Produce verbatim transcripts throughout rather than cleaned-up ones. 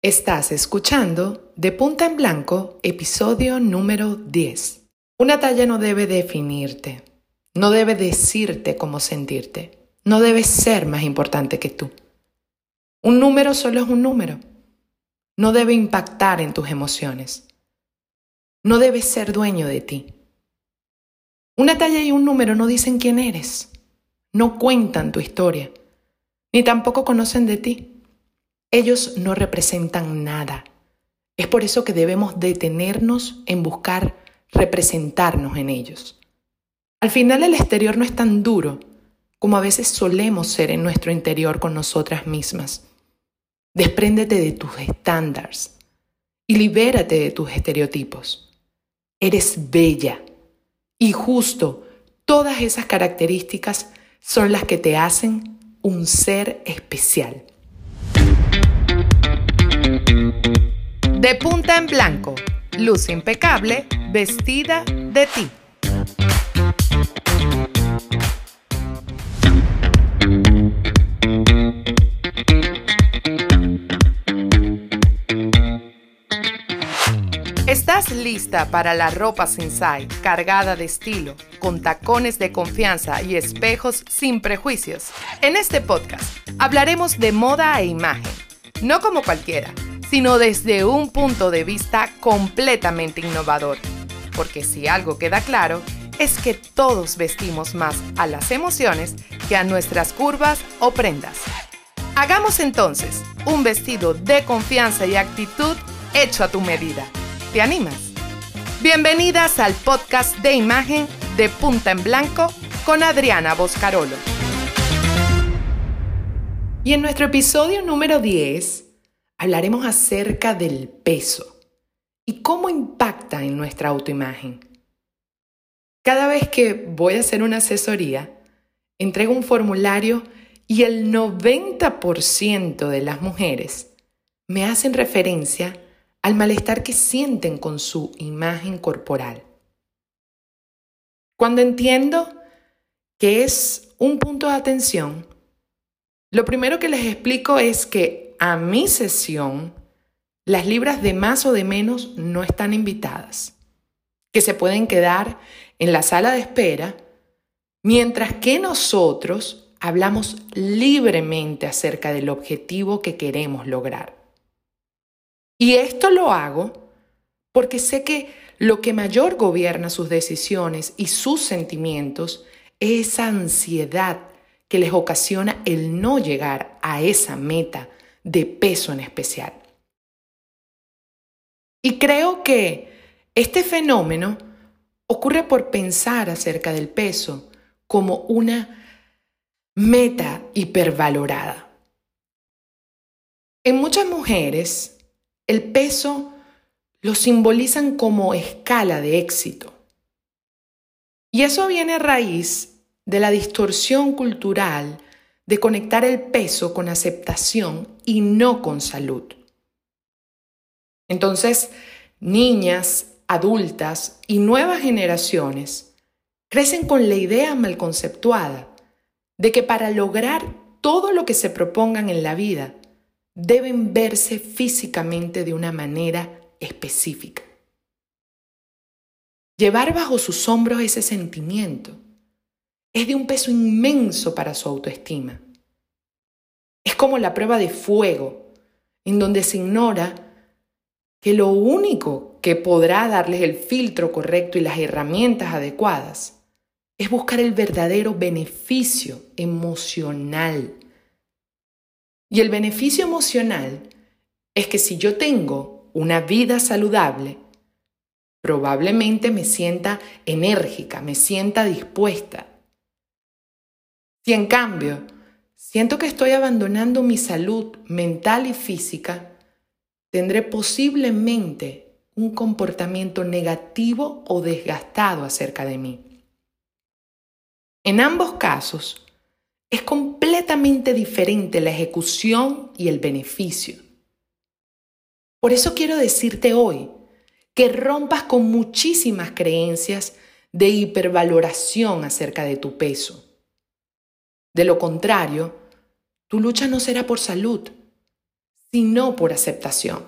Estás escuchando De Punta en Blanco, episodio número diez. Una talla no debe definirte, no debe decirte cómo sentirte, no debe ser más importante que tú. Un número solo es un número, no debe impactar en tus emociones, no debe ser dueño de ti. Una talla y un número no dicen quién eres, no cuentan tu historia, ni tampoco conocen de ti. Ellos no representan nada. Es por eso que debemos detenernos en buscar representarnos en ellos. Al final el exterior no es tan duro como a veces solemos ser en nuestro interior con nosotras mismas. Despréndete de tus estándares y libérate de tus estereotipos. Eres bella y justo todas esas características son las que te hacen un ser especial. De punta en blanco, luz impecable, vestida de ti. ¿Estás lista para la ropa sensai, cargada de estilo, con tacones de confianza y espejos sin prejuicios? En este podcast hablaremos de moda e imagen, no como cualquiera, sino desde un punto de vista completamente innovador. Porque si algo queda claro, es que todos vestimos más a las emociones que a nuestras curvas o prendas. Hagamos entonces un vestido de confianza y actitud hecho a tu medida. ¿Te animas? Bienvenidas al podcast de imagen de Punta en Blanco con Adriana Boscarolo. Y en nuestro episodio número diez hablaremos acerca del peso y cómo impacta en nuestra autoimagen. Cada vez que voy a hacer una asesoría, entrego un formulario y el noventa por ciento de las mujeres me hacen referencia al malestar que sienten con su imagen corporal. Cuando entiendo que es un punto de atención, lo primero que les explico es que a mi sesión, las libras de más o de menos no están invitadas, que se pueden quedar en la sala de espera, mientras que nosotros hablamos libremente acerca del objetivo que queremos lograr. Y esto lo hago porque sé que lo que mayor gobierna sus decisiones y sus sentimientos es esa ansiedad que les ocasiona el no llegar a esa meta de peso en especial. Y creo que este fenómeno ocurre por pensar acerca del peso como una meta hipervalorada. En muchas mujeres, el peso lo simbolizan como escala de éxito. Y eso viene a raíz de la distorsión cultural de conectar el peso con aceptación y no con salud. Entonces, niñas, adultas y nuevas generaciones crecen con la idea mal conceptuada de que para lograr todo lo que se propongan en la vida, deben verse físicamente de una manera específica. Llevar bajo sus hombros ese sentimiento es de un peso inmenso para su autoestima. Es como la prueba de fuego, en donde se ignora que lo único que podrá darles el filtro correcto y las herramientas adecuadas es buscar el verdadero beneficio emocional. Y el beneficio emocional es que si yo tengo una vida saludable, probablemente me sienta enérgica, me sienta dispuesta. Si en cambio siento que estoy abandonando mi salud mental y física, tendré posiblemente un comportamiento negativo o desgastado acerca de mí. En ambos casos, es completamente diferente la ejecución y el beneficio. Por eso quiero decirte hoy que rompas con muchísimas creencias de hipervaloración acerca de tu peso. De lo contrario, tu lucha no será por salud, sino por aceptación.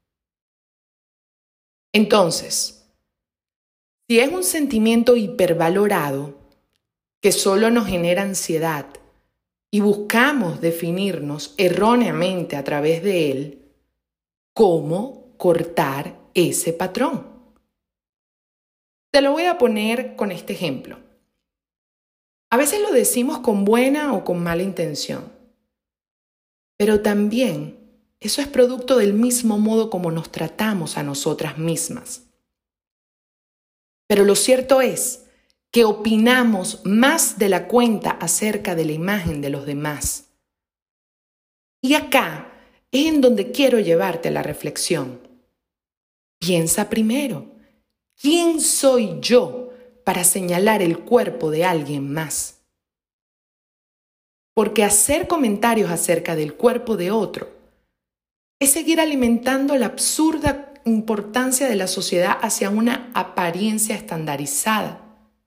Entonces, si es un sentimiento hipervalorado que solo nos genera ansiedad y buscamos definirnos erróneamente a través de él, ¿cómo cortar ese patrón? Te lo voy a poner con este ejemplo. A veces lo decimos con buena o con mala intención, pero también eso es producto del mismo modo como nos tratamos a nosotras mismas. Pero lo cierto es que opinamos más de la cuenta acerca de la imagen de los demás. Y acá es en donde quiero llevarte a la reflexión. Piensa primero, ¿quién soy yo para señalar el cuerpo de alguien más? Porque hacer comentarios acerca del cuerpo de otro es seguir alimentando la absurda importancia de la sociedad hacia una apariencia estandarizada.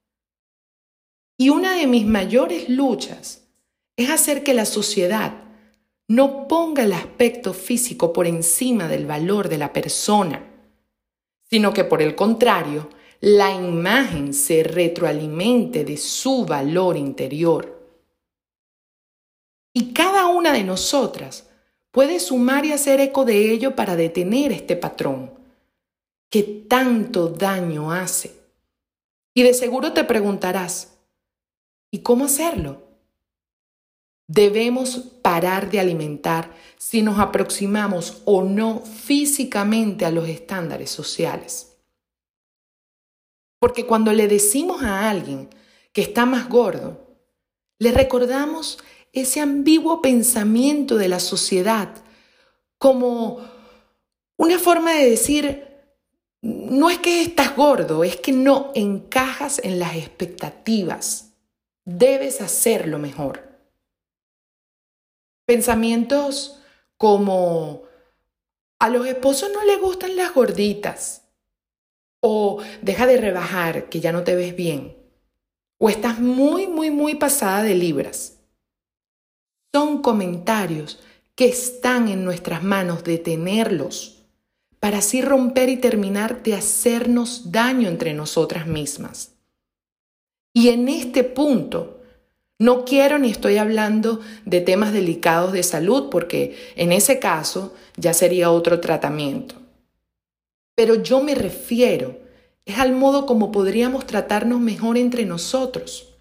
Y una de mis mayores luchas es hacer que la sociedad no ponga el aspecto físico por encima del valor de la persona, sino que por el contrario, la imagen se retroalimente de su valor interior. Y cada una de nosotras puede sumar y hacer eco de ello para detener este patrón que tanto daño hace. Y de seguro te preguntarás, ¿y cómo hacerlo? Debemos parar de alimentar si nos aproximamos o no físicamente a los estándares sociales. Porque cuando le decimos a alguien que está más gordo, le recordamos ese ambiguo pensamiento de la sociedad como una forma de decir, no es que estás gordo, es que no encajas en las expectativas. Debes hacerlo mejor. Pensamientos como, a los esposos no les gustan las gorditas, o deja de rebajar que ya no te ves bien, o estás muy, muy, muy pasada de libras. Son comentarios que están en nuestras manos detenerlos para así romper y terminar de hacernos daño entre nosotras mismas. Y en este punto, no quiero ni estoy hablando de temas delicados de salud porque en ese caso ya sería otro tratamiento. Pero yo me refiero es al modo como podríamos tratarnos mejor entre nosotros.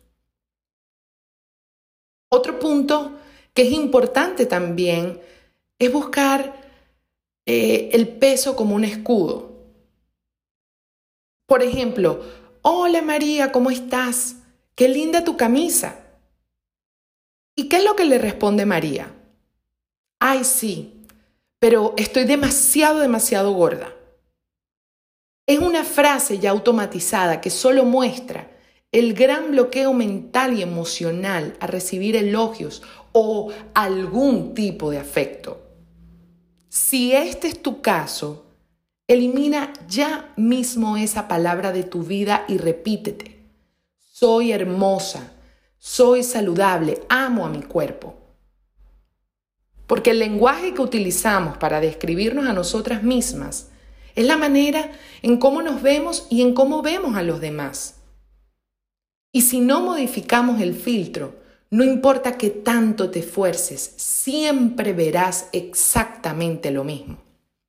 Otro punto que es importante también es buscar eh, el peso como un escudo. Por ejemplo, hola María, ¿cómo estás? ¡Qué linda tu camisa! ¿Y qué es lo que le responde María? Ay, sí, pero estoy demasiado, demasiado gorda. Es una frase ya automatizada que solo muestra el gran bloqueo mental y emocional a recibir elogios o algún tipo de afecto. Si este es tu caso, elimina ya mismo esa palabra de tu vida y repítete. Soy hermosa, soy saludable, amo a mi cuerpo. Porque el lenguaje que utilizamos para describirnos a nosotras mismas es la manera en cómo nos vemos y en cómo vemos a los demás. Y si no modificamos el filtro, no importa qué tanto te esfuerces, siempre verás exactamente lo mismo.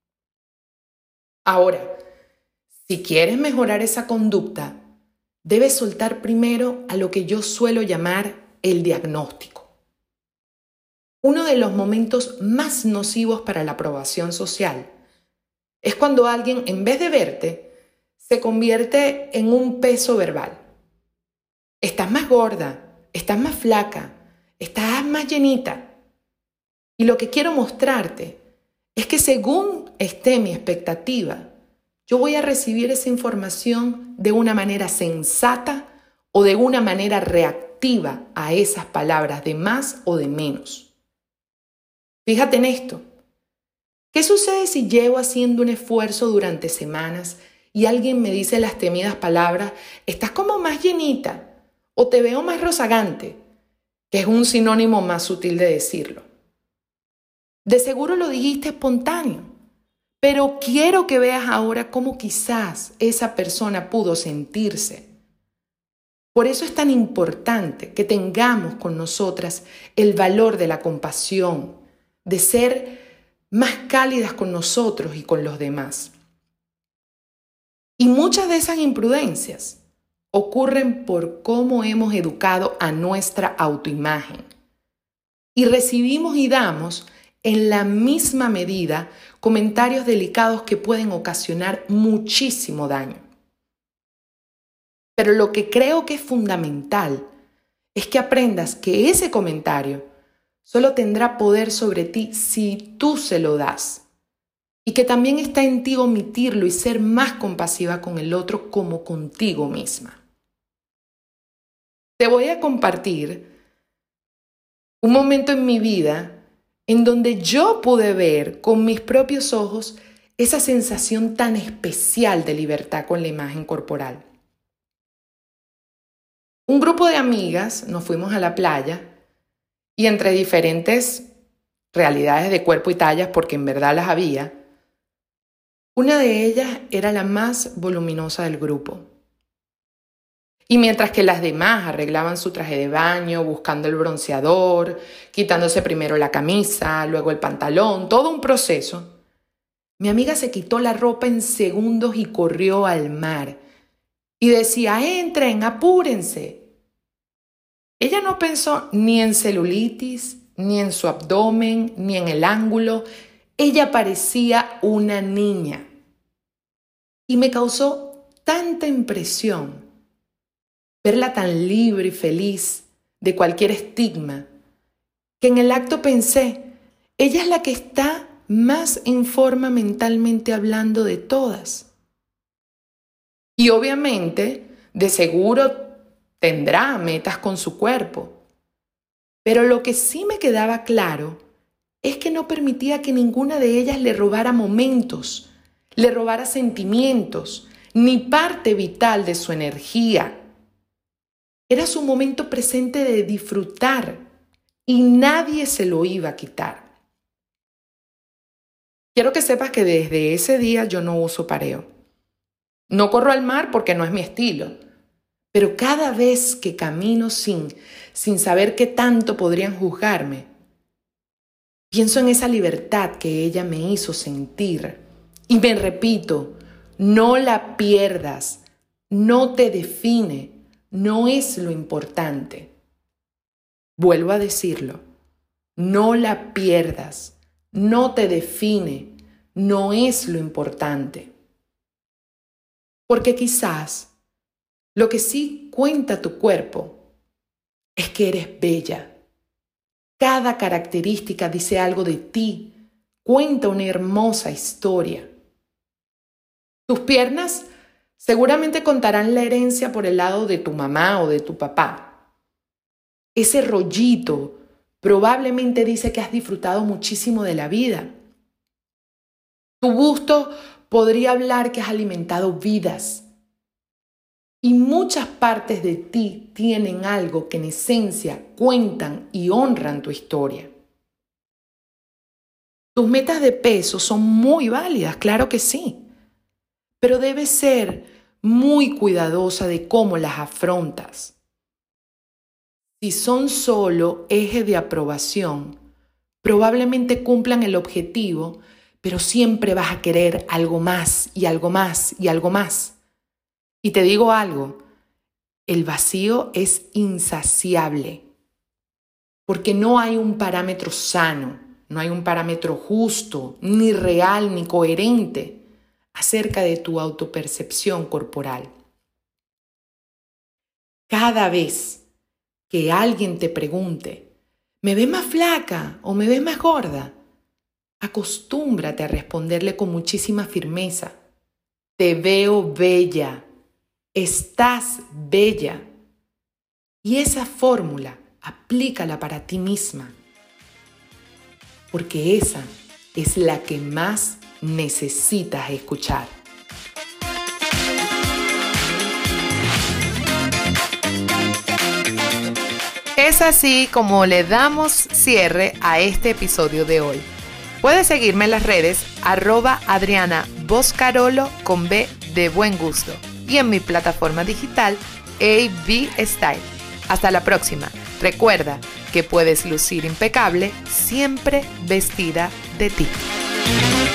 Ahora, si quieres mejorar esa conducta, debes soltar primero a lo que yo suelo llamar el diagnóstico. Uno de los momentos más nocivos para la aprobación social es cuando alguien, en vez de verte, se convierte en un peso verbal. Estás más gorda, estás más flaca, estás más llenita. Y lo que quiero mostrarte es que según esté mi expectativa, yo voy a recibir esa información de una manera sensata o de una manera reactiva a esas palabras de más o de menos. Fíjate en esto. ¿Qué sucede si llevo haciendo un esfuerzo durante semanas y alguien me dice las temidas palabras, estás como más llenita o te veo más rozagante, que es un sinónimo más sutil de decirlo? De seguro lo dijiste espontáneo, pero quiero que veas ahora cómo quizás esa persona pudo sentirse. Por eso es tan importante que tengamos con nosotras el valor de la compasión, de ser más cálidas con nosotros y con los demás. Y muchas de esas imprudencias ocurren por cómo hemos educado a nuestra autoimagen. Y recibimos y damos en la misma medida comentarios delicados que pueden ocasionar muchísimo daño. Pero lo que creo que es fundamental es que aprendas que ese comentario solo tendrá poder sobre ti si tú se lo das. Y que también está en ti omitirlo y ser más compasiva con el otro como contigo misma. Te voy a compartir un momento en mi vida en donde yo pude ver con mis propios ojos esa sensación tan especial de libertad con la imagen corporal. Un grupo de amigas nos fuimos a la playa y entre diferentes realidades de cuerpo y tallas, porque en verdad las había, una de ellas era la más voluminosa del grupo. Y mientras que las demás arreglaban su traje de baño, buscando el bronceador, quitándose primero la camisa, luego el pantalón, todo un proceso, mi amiga se quitó la ropa en segundos y corrió al mar. Y decía, entren, apúrense. Ella no pensó ni en celulitis, ni en su abdomen, ni en el ángulo. Ella parecía una niña. Y me causó tanta impresión verla tan libre y feliz de cualquier estigma, que en el acto pensé, ella es la que está más en forma mentalmente hablando de todas. Y obviamente, de seguro tendrá metas con su cuerpo. Pero lo que sí me quedaba claro es que no permitía que ninguna de ellas le robara momentos, le robara sentimientos, ni parte vital de su energía. Era su momento presente de disfrutar y nadie se lo iba a quitar. Quiero que sepas que desde ese día yo no uso pareo. No corro al mar porque no es mi estilo, pero cada vez que camino sin, sin saber qué tanto podrían juzgarme, pienso en esa libertad que ella me hizo sentir y me repito, no la pierdas, no te define, no es lo importante. Vuelvo a decirlo, no la pierdas, no te define, no es lo importante. Porque quizás lo que sí cuenta tu cuerpo es que eres bella. Cada característica dice algo de ti, cuenta una hermosa historia. Tus piernas seguramente contarán la herencia por el lado de tu mamá o de tu papá. Ese rollito probablemente dice que has disfrutado muchísimo de la vida. Tu busto podría hablar que has alimentado vidas. Y muchas partes de ti tienen algo que en esencia cuentan y honran tu historia. Tus metas de peso son muy válidas, claro que sí. Pero debes ser muy cuidadosa de cómo las afrontas. Si son solo eje de aprobación, probablemente cumplan el objetivo, pero siempre vas a querer algo más y algo más y algo más. Y te digo algo, el vacío es insaciable, porque no hay un parámetro sano, no hay un parámetro justo, ni real, ni coherente acerca de tu autopercepción corporal. Cada vez que alguien te pregunte, ¿me ves más flaca o me ves más gorda? Acostúmbrate a responderle con muchísima firmeza. Te veo bella. Estás bella. Y esa fórmula, aplícala para ti misma. Porque esa es la que más necesitas escuchar. Es así como le damos cierre a este episodio de hoy. Puedes seguirme en las redes arroba Adriana Boscarolo con B de buen gusto y en mi plataforma digital A B Style. Hasta la próxima. Recuerda que puedes lucir impecable siempre vestida de ti.